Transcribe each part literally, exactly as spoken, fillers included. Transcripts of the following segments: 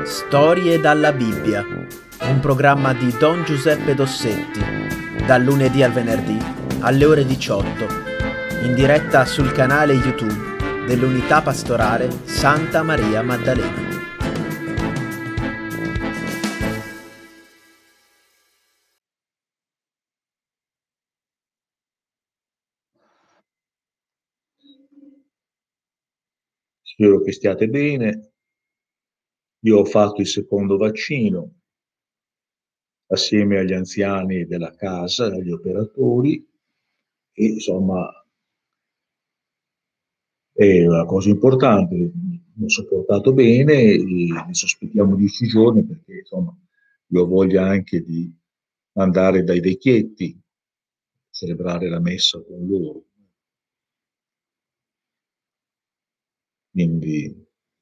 Storie dalla Bibbia, un programma di Don Giuseppe Dossetti, dal lunedì al venerdì alle ore diciotto, in diretta sul canale YouTube dell'Unità Pastorale Santa Maria Maddalena. Spero che stiate bene. Io ho fatto il secondo vaccino assieme agli anziani della casa, agli operatori, e insomma è una cosa importante. Mi ho sopportato bene e ne sospettiamo dieci giorni perché insomma io ho voglia anche di andare dai vecchietti, celebrare la messa con loro. Quindi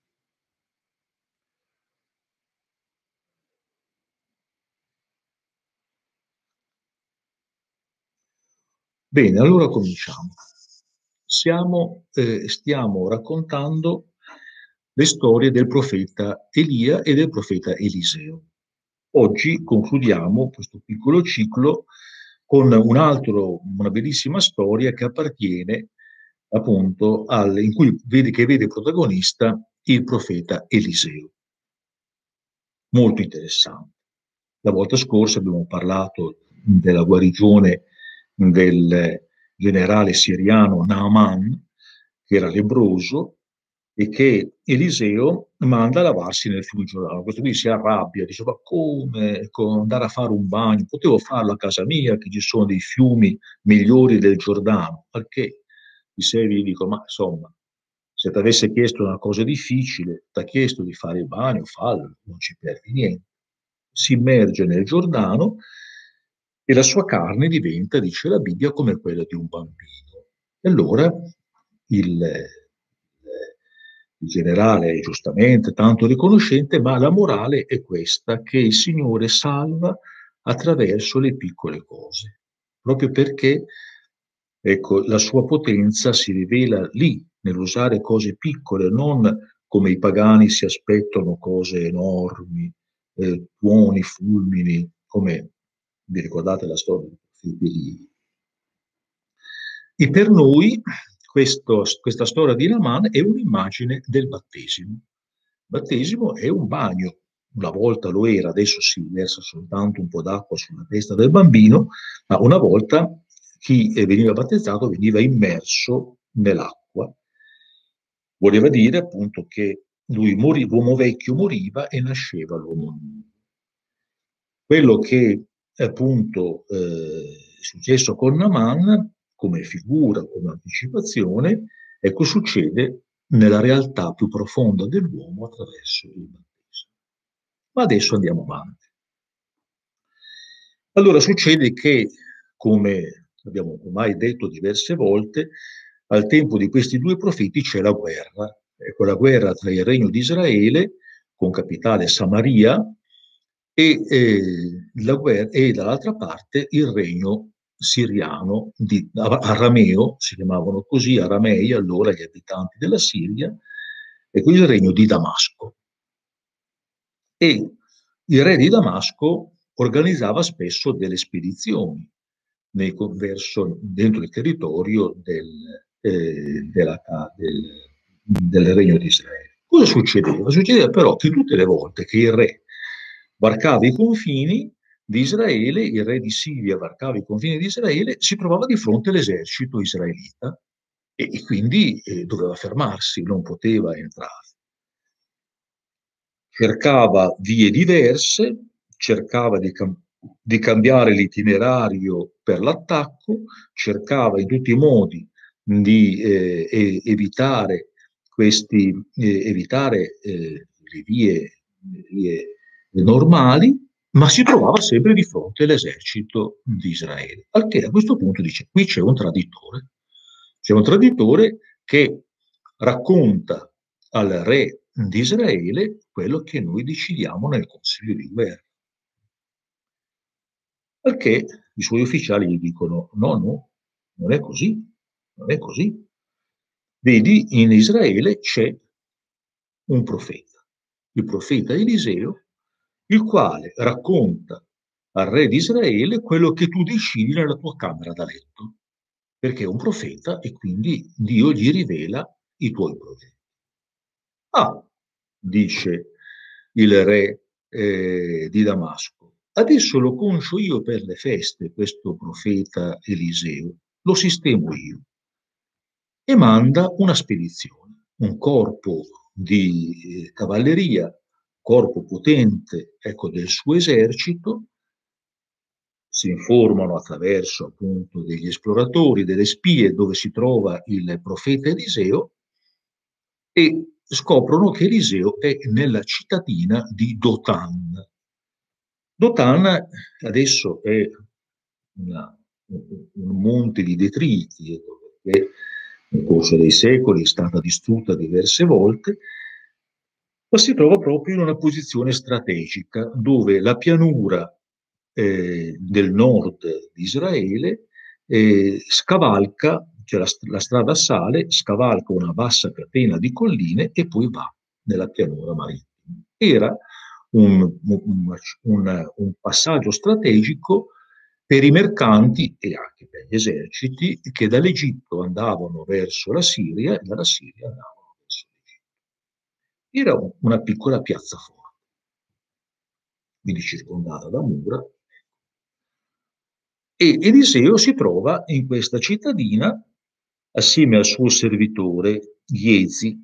bene, allora cominciamo. Siamo, eh, stiamo raccontando le storie del profeta Elia e del profeta Eliseo. Oggi concludiamo questo piccolo ciclo con un altro, una bellissima storia che appartiene appunto al, in cui vede, che vede protagonista il profeta Eliseo. Molto interessante. La volta scorsa abbiamo parlato della guarigione del generale siriano Naaman, che era lebbroso, e che Eliseo manda a lavarsi nel fiume Giordano. Questo qui si arrabbia, dice: ma come andare a fare un bagno? Potevo farlo a casa mia, che ci sono dei fiumi migliori del Giordano. Perché i servi dicono: ma insomma, se ti avesse chiesto una cosa difficile, ti ha chiesto di fare il bagno, fallo, non ci perdi niente. Si immerge nel Giordano e la sua carne diventa, dice la Bibbia, come quella di un bambino. E allora il, il generale è giustamente tanto riconoscente, ma la morale è questa, che il Signore salva attraverso le piccole cose, proprio perché ecco, la sua potenza si rivela lì, nell'usare cose piccole, non come i pagani si aspettano cose enormi, eh, tuoni, fulmini, come vi ricordate la storia di Elia. E per noi questo, questa storia di Naaman è un'immagine del battesimo. Il battesimo è un bagno, una volta lo era, adesso si versa soltanto un po' d'acqua sulla testa del bambino, ma una volta chi veniva battezzato veniva immerso nell'acqua. Voleva dire appunto che lui morì, l'uomo vecchio moriva e nasceva l'uomo nuovo. Quello che appunto eh, è successo con Naaman, come figura, come anticipazione, ecco, succede nella realtà più profonda dell'uomo attraverso il battesimo. Ma adesso andiamo avanti. Allora succede che, come abbiamo ormai detto diverse volte, al tempo di questi due profeti c'è la guerra. Ecco, la guerra tra il regno di Israele, con capitale Samaria, e, eh, la guerra, e dall'altra parte il regno siriano, di, arameo, si chiamavano così, aramei allora gli abitanti della Siria, e quindi il regno di Damasco. E il re di Damasco organizzava spesso delle spedizioni nei, verso, dentro il territorio del, eh, della, del, del regno di Israele. Cosa succedeva? Succedeva però che tutte le volte che il re varcava i confini di Israele, il re di Siria varcava i confini di Israele, si trovava di fronte all'esercito israelita e, e quindi eh, doveva fermarsi, non poteva entrare. Cercava vie diverse, cercava di, cam- di cambiare l'itinerario per l'attacco, cercava in tutti i modi di eh, e- evitare questi, eh, evitare eh, le vie, le vie normali, ma si trovava sempre di fronte all'esercito di Israele. Al che a questo punto dice: qui c'è un traditore, c'è un traditore che racconta al re di Israele quello che noi decidiamo nel Consiglio di guerra. Perché i suoi ufficiali gli dicono: no, no, non è così, non è così. Vedi, in Israele c'è un profeta. il profeta Eliseo, il quale racconta al re di Israele quello che tu decidi nella tua camera da letto, perché è un profeta e quindi Dio gli rivela i tuoi progetti. Ah, dice il re eh, di Damasco, adesso lo conosco io per le feste, questo profeta Eliseo, lo sistemo io. E manda una spedizione, un corpo di eh, cavalleria, corpo potente, ecco, del suo esercito, si informano attraverso appunto degli esploratori, delle spie dove si trova il profeta Eliseo e scoprono che Eliseo è nella cittadina di Dotan. Dotan adesso è una, un monte di detriti, perché nel corso dei secoli è stata distrutta diverse volte, ma si trova proprio in una posizione strategica dove la pianura eh, del nord di Israele eh, scavalca, cioè la, la strada sale, scavalca una bassa catena di colline e poi va nella pianura marittima. Era un, un, un, un passaggio strategico per i mercanti e anche per gli eserciti che dall'Egitto andavano verso la Siria e dalla Siria andavano verso l'Egitto. Era una piccola piazza forte, quindi circondata da mura, e Eliseo si trova in questa cittadina assieme al suo servitore Giezi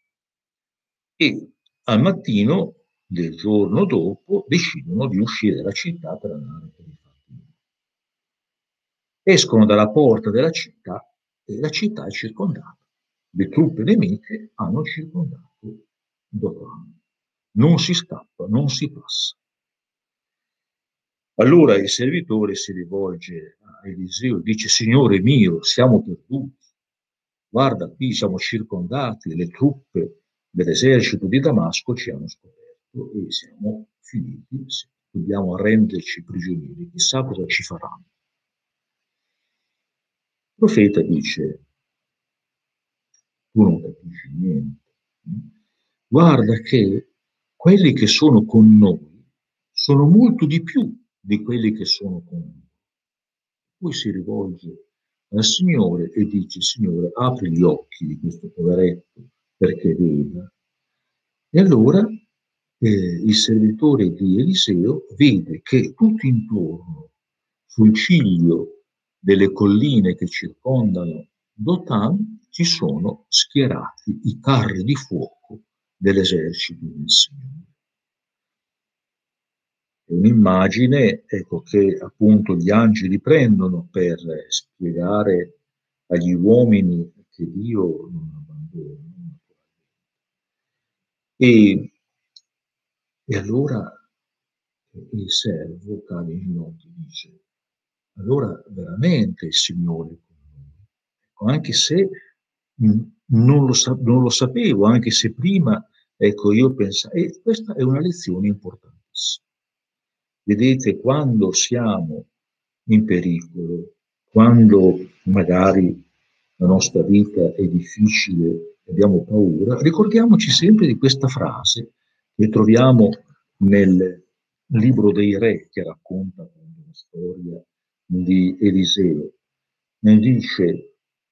e al mattino del giorno dopo decidono di uscire dalla città per andare per i fatti. Escono dalla porta della città e la città è circondata. Le truppe nemiche hanno circondato Dotan. Non si scappa, non si passa. Allora il servitore si rivolge a Eliseo e dice: Signore mio, siamo perduti. Guarda, qui siamo circondati, le truppe dell'esercito di Damasco ci hanno scoperto e siamo finiti, dobbiamo renderci prigionieri, chissà cosa ci faranno. Il profeta dice: tu non capisci niente. Guarda che quelli che sono con noi sono molto di più di quelli che sono con noi. Poi si rivolge al Signore e dice: Signore, apri gli occhi di questo poveretto perché veda. E allora eh, il servitore di Eliseo vede che tutto intorno, sul ciglio delle colline che circondano Dotan, ci sono schierati i carri di fuoco dell'esercito del Signore. È un'immagine, ecco, che appunto gli angeli prendono per spiegare agli uomini che Dio non abbandona. E, e allora il servo cade in ginocchio e dice: allora veramente il Signore è con noi. Ecco, anche se mh, non, lo sa- non lo sapevo, anche se prima, ecco, io pensavo, e questa è una lezione importantissima. Vedete, quando siamo in pericolo, quando magari la nostra vita è difficile, abbiamo paura, ricordiamoci sempre di questa frase che troviamo nel libro dei Re, che racconta la storia di Eliseo. Ne dice: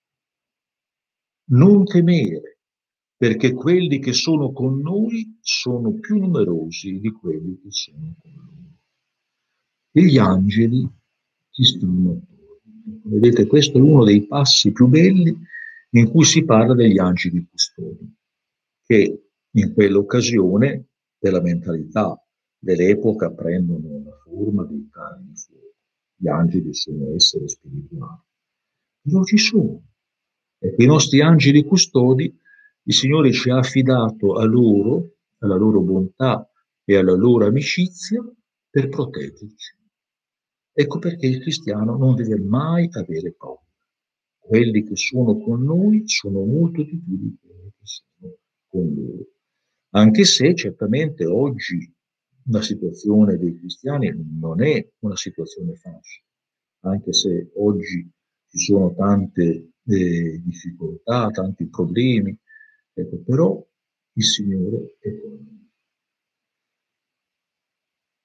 non temere, perché quelli che sono con noi sono più numerosi di quelli che sono con loro. E gli angeli ci stanno attorno. Vedete, questo è uno dei passi più belli in cui si parla degli angeli custodi, che in quell'occasione, della mentalità dell'epoca, prendono la forma dei carri di fuoco. Gli angeli sono esseri spirituali. Non ci sono. Ecco, i nostri angeli custodi, il Signore ci ha affidato a loro, alla loro bontà e alla loro amicizia per proteggerci. Ecco perché il cristiano non deve mai avere paura. Quelli che sono con noi sono molto di più di quelli che sono con loro. Anche se certamente oggi la situazione dei cristiani non è una situazione facile, anche se oggi ci sono tante eh, difficoltà, tanti problemi, ecco, però il Signore è con noi.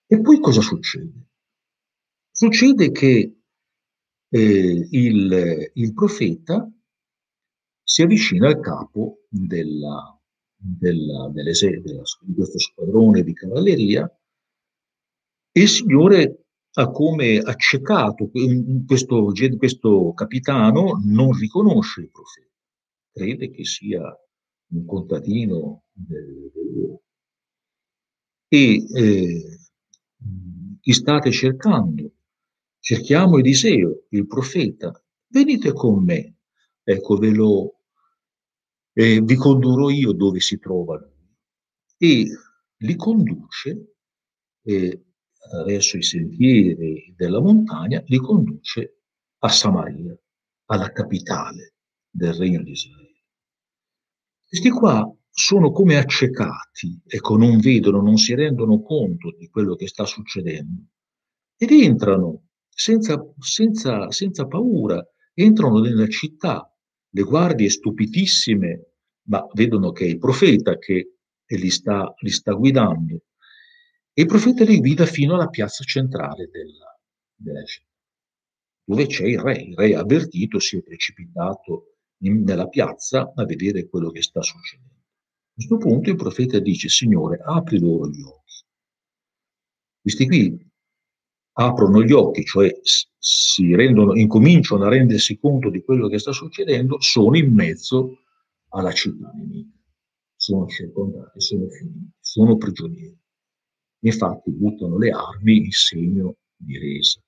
E poi cosa succede? Succede che eh, il, il profeta si avvicina al capo della, della, dell'ese- della- di questo squadrone di cavalleria e il Signore ha come accecato questo, gen- questo capitano, non riconosce il profeta, crede che sia un contadino del, del- e eh, chi state cercando? Cerchiamo Eliseo, il profeta. Venite con me. Ecco, ve lo, eh, vi condurrò io dove si trova lui. E li conduce eh, attraverso i sentieri della montagna, li conduce a Samaria, alla capitale del regno di Israele. Questi qua sono come accecati, ecco, non vedono, non si rendono conto di quello che sta succedendo ed entrano senza, senza, senza paura, entrano nella città, le guardie stupidissime, ma vedono che è il profeta che li sta, li sta guidando. E il profeta li guida fino alla piazza centrale della, della città, dove c'è il re. Il re avvertito si è precipitato in, nella piazza a vedere quello che sta succedendo. A questo punto il profeta dice: Signore, apri loro gli occhi. Questi qui aprono gli occhi, cioè si rendono, incominciano a rendersi conto di quello che sta succedendo, sono in mezzo alla città nemica. Sono circondati, sono finiti, sono prigionieri. Infatti buttano le armi in segno di resa.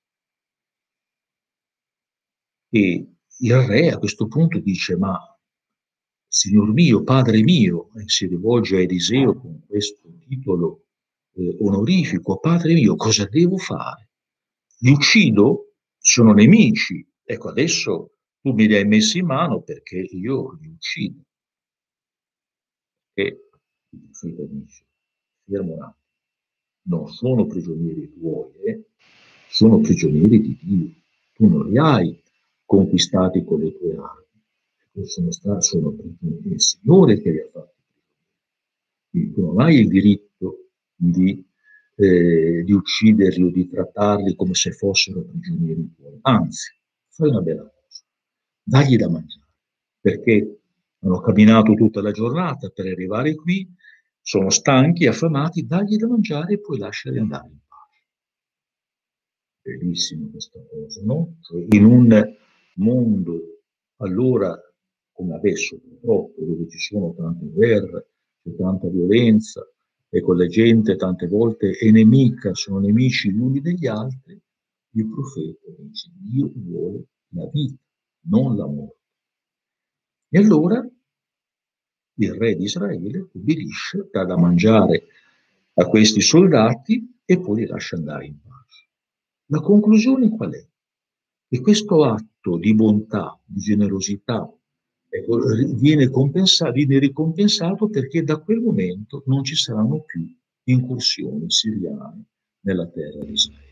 E il re a questo punto dice: ma Signor mio, Padre mio, e si rivolge a Eliseo con questo titolo eh, onorifico: Padre mio, cosa devo fare? Li uccido? Sono nemici. Ecco, adesso tu mi li hai messi in mano perché io li uccido. E il profeta dice: fermo un attimo, non sono prigionieri tuoi, eh? Sono prigionieri di Dio. Tu non li hai conquistati con le tue armi. Sono, stati, sono prigionieri del Signore che li ha fatti prigionieri. Quindi tu non hai il diritto di, eh, di ucciderli o di trattarli come se fossero prigionieri tuoi. Anzi, fai una bella cosa, dagli da mangiare, perché hanno camminato tutta la giornata per arrivare qui, sono stanchi, affamati, dagli da mangiare e poi lasciali andare in pace. Bellissima questa cosa, no? Cioè, in un mondo, allora, come adesso purtroppo, dove ci sono tante guerre, c'è tanta violenza, e con la gente tante volte è nemica, sono nemici gli uni degli altri, il profeta dice: Dio vuole la vita, non la morte. E allora il re di Israele obbedisce, dà da mangiare a questi soldati e poi li lascia andare in pace. La conclusione qual è? Che questo atto di bontà, di generosità, ecco, viene, compensato, viene ricompensato perché da quel momento non ci saranno più incursioni siriane nella terra di Israele.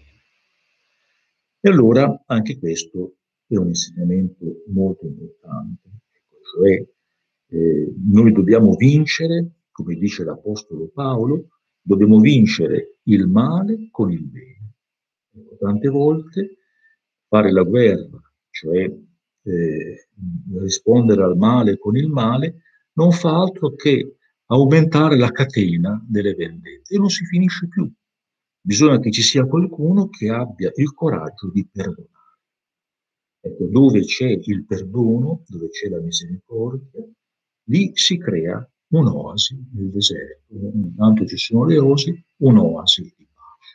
E allora anche questo è un insegnamento molto importante, cioè eh, noi dobbiamo vincere, come dice l'Apostolo Paolo, dobbiamo vincere il male con il bene. Tante volte fare la guerra, cioè eh, rispondere al male con il male, non fa altro che aumentare la catena delle vendette e non si finisce più. Bisogna che ci sia qualcuno che abbia il coraggio di perdonare. Ecco, dove c'è il perdono, dove c'è la misericordia, lì si crea un'oasi nel deserto. Intanto ci sono le oasi, un'oasi di pace.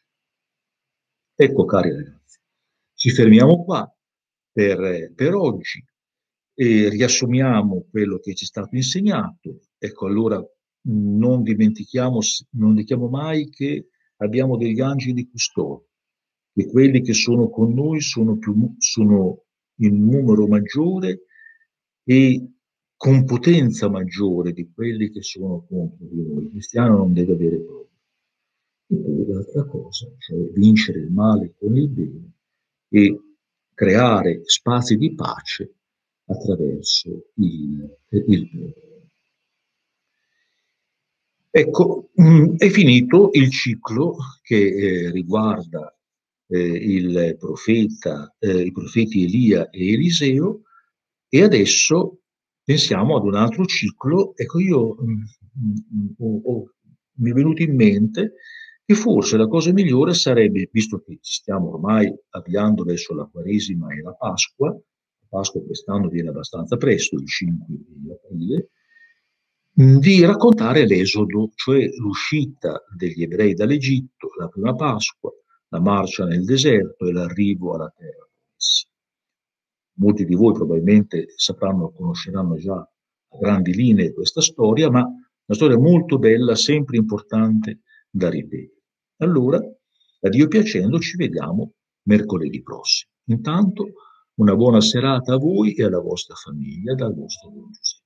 Ecco, cari ragazzi, ci fermiamo qua per, per oggi e riassumiamo quello che ci è stato insegnato. Ecco, allora non dimentichiamo, non dimentichiamo mai che abbiamo degli angeli custodi, e quelli che sono con noi sono, più, sono in numero maggiore e con potenza maggiore di quelli che sono contro di noi. Il cristiano non deve avere paura. E poi l'altra cosa, cioè vincere il male con il bene e creare spazi di pace attraverso il, il perdono. Ecco, mh, è finito il ciclo che eh, riguarda eh, il profeta, eh, i profeti Elia e Eliseo, e adesso pensiamo ad un altro ciclo. Ecco, io mh, mh, ho- ho- mi è venuto in mente che forse la cosa migliore sarebbe, visto che ci stiamo ormai avviando verso la Quaresima e la Pasqua, la Pasqua quest'anno viene abbastanza presto, il cinque di aprile, mh, di raccontare l'Esodo, cioè l'uscita degli ebrei dall'Egitto, la prima Pasqua, la marcia nel deserto e l'arrivo alla terra promessa. Molti di voi probabilmente sapranno, conosceranno già a grandi linee questa storia, ma una storia molto bella, sempre importante da ripetere. Allora, a Dio piacendo, ci vediamo mercoledì prossimo. Intanto, una buona serata a voi e alla vostra famiglia dal vostro Don Giuseppe.